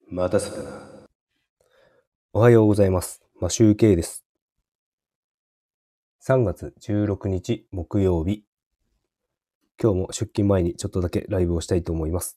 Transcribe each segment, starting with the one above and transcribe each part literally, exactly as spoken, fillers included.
待たせたな。おはようございます。マシュウケイです。さんがつじゅうろくにち木曜日。今日も出勤前にちょっとだけライブをしたいと思います。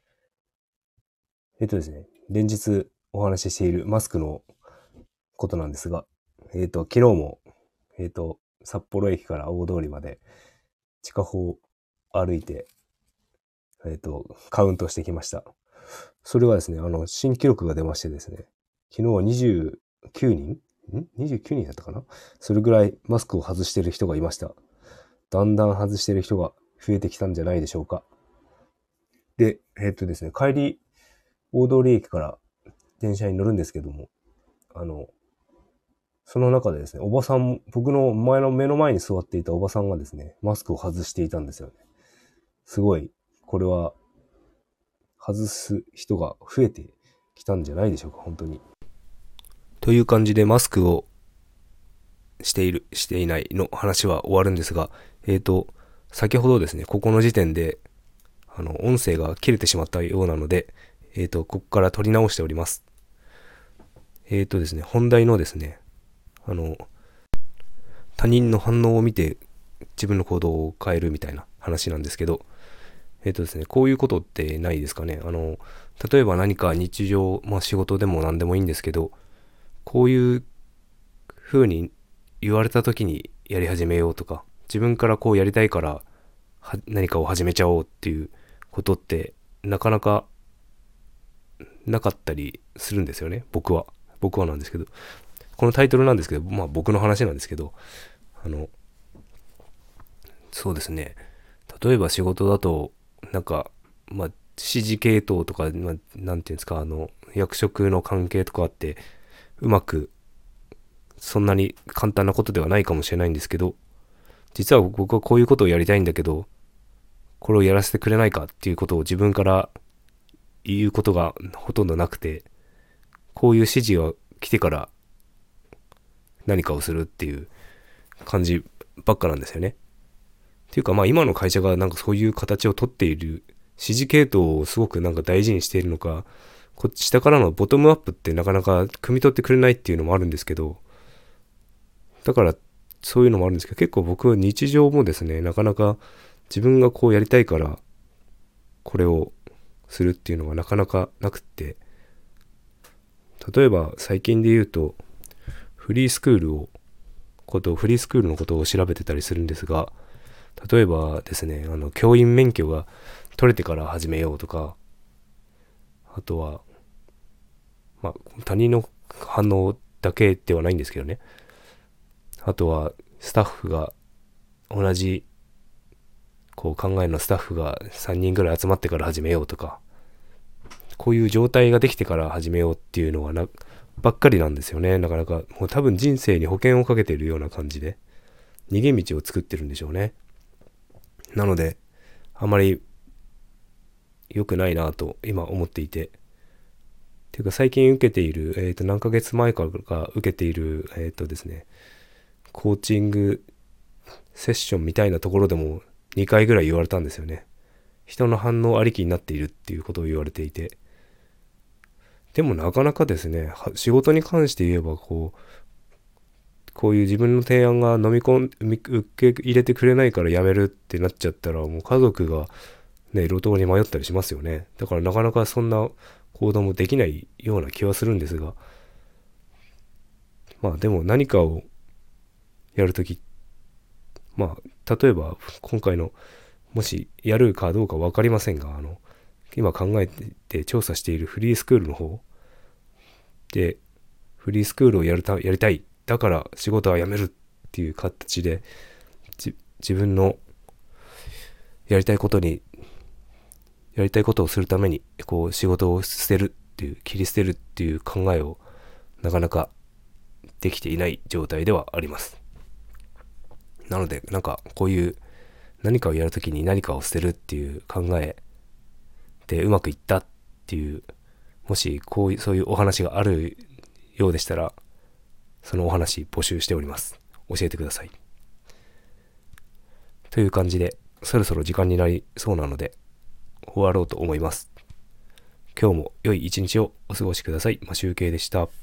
えっとですね、連日お話ししているマスクのことなんですが、えっと、昨日も、えっと、札幌駅から大通りまで地下歩を歩いて、えっと、カウントしてきました。それがですね、あの、新記録が出ましてですね、昨日はにじゅうきゅうにんん ?にじゅうきゅう 人だったかな。それぐらいマスクを外している人がいました。だんだん外している人が増えてきたんじゃないでしょうか。で、えっとですね、帰り、大通駅から電車に乗るんですけども、あの、その中でですね、おばさん、僕の前の目の前に座っていたおばさんがですね、マスクを外していたんですよね。すごい、これは、外す人が増えてきたんじゃないでしょうか、本当に。という感じでマスクをしている、していないの話は終わるんですが、えっと、先ほどですね、ここの時点で、あの、音声が切れてしまったようなので、えっと、ここから取り直しております。えっとですね、本題のですね、あの、他人の反応を見て自分の行動を変えるみたいな話なんですけど、えっとですね、こういうことってないですかね。あの、例えば何か日常、まあ仕事でも何でもいいんですけど、こういう風に言われた時にやり始めようとか、自分からこうやりたいから何かを始めちゃおうっていうことってなかなかなかったりするんですよね。僕は。僕はなんですけど。このタイトルなんですけど、まあ僕の話なんですけど、あの、そうですね。例えば仕事だと、なんか、まあ、指示系統とか、まあ、なんていうんですか、あの、役職の関係とかあって、うまく、そんなに簡単なことではないかもしれないんですけど、実は僕はこういうことをやりたいんだけど、これをやらせてくれないかっていうことを自分から言うことがほとんどなくて、こういう指示が来てから何かをするっていう感じばっかなんですよね。っていうかまあ今の会社がなんかそういう形をとっている指示系統をすごくなんか大事にしているのか、こっち下からのボトムアップってなかなか汲み取ってくれないっていうのもあるんですけど、だからそういうのもあるんですけど、結構僕は日常もですね、なかなか自分がこうやりたいからこれをするっていうのがなかなかなくって、例えば最近で言うとフリースクールをことフリースクールのことを調べてたりするんですが、例えばですね、あの教員免許が取れてから始めようとか、あとはまあ他人の反応だけではないんですけどね、あとはスタッフが同じこう考えのスタッフがさんにんぐらい集まってから始めようとか、こういう状態ができてから始めようっていうのはなばっかりなんですよね。なかなかもう多分人生に保険をかけているような感じで逃げ道を作ってるんでしょうね。なのであまり良くないなと今思っていて、っていうか最近受けている、えっと何ヶ月前からか受けているえっとですねコーチングセッションみたいなところでもにかいぐらい言われたんですよね。人の反応ありきになっているっていうことを言われていて、でもなかなかですね、仕事に関して言えばこうこういう自分の提案が飲み込ん受け入れてくれないから辞めるってなっちゃったら、もう家族がね路頭に迷ったりしますよね。だからなかなかそんな行動もできないような気はするんですが、まあでも何かをやるとき、まあ例えば今回のもしやるかどうか分かりませんが、あの今考えて調査しているフリースクールの方で、フリースクールをやるたやりたい、だから仕事は辞めるっていう形で自分のやりたいことにやりたいことをするためにこう仕事を捨てるっていう切り捨てるっていう考えをなかなかできていない状態ではあります。なのでなんかこういう何かをやるときに何かを捨てるっていう考えでうまくいったっていう、もしこういうそういうお話があるようでしたら、そのお話募集しております。教えてください。という感じでそろそろ時間になりそうなので終わろうと思います。 今日も良い一日をお過ごしください。マシュウケイでした。